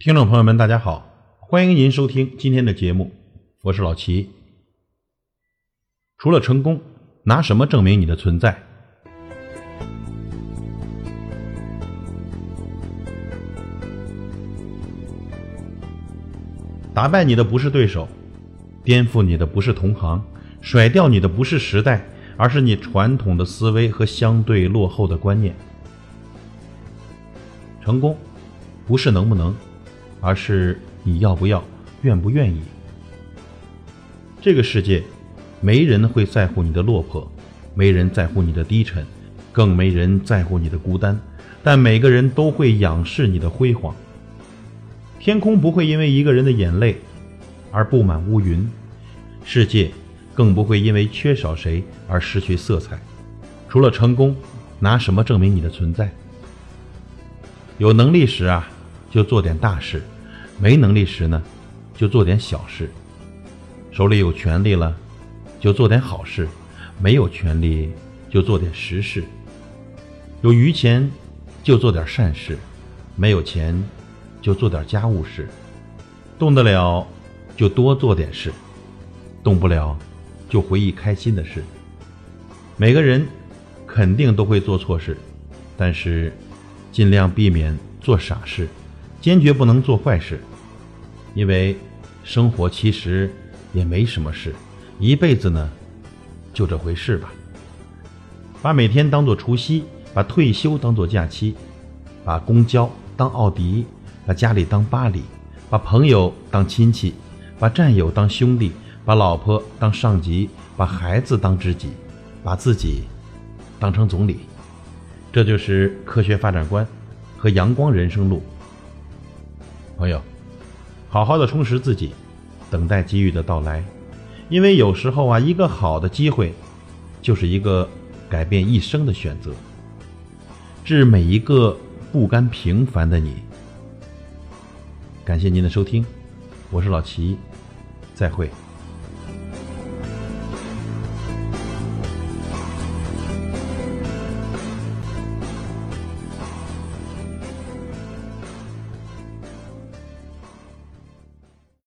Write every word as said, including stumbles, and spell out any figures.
听众朋友们大家好，欢迎您收听今天的节目，我是老齐。除了成功，拿什么证明你的存在？打败你的不是对手，颠覆你的不是同行，甩掉你的不是时代，而是你传统的思维和相对落后的观念。成功不是能不能，而是你要不要，愿不愿意。这个世界没人会在乎你的落魄，没人在乎你的低沉，更没人在乎你的孤单，但每个人都会仰视你的辉煌。天空不会因为一个人的眼泪而布满乌云，世界更不会因为缺少谁而失去色彩。除了成功，拿什么证明你的存在？有能力时啊，就做点大事；没能力时呢，就做点小事。手里有权力了，就做点好事；没有权力，就做点实事。有余钱，就做点善事；没有钱，就做点家务事。动得了，就多做点事；动不了，就回忆开心的事。每个人肯定都会做错事，但是尽量避免做傻事，坚决不能做坏事。因为生活其实也没什么事，一辈子呢，就这回事吧。把每天当作除夕，把退休当作假期，把公交当奥迪，把家里当巴黎，把朋友当亲戚，把战友当兄弟，把老婆当上级，把孩子当知己，把自己当成总理。这就是科学发展观和阳光人生路。朋友，好好的充实自己，等待机遇的到来。因为有时候啊，一个好的机会就是一个改变一生的选择。致每一个不甘平凡的你。感谢您的收听，我是老齐，再会。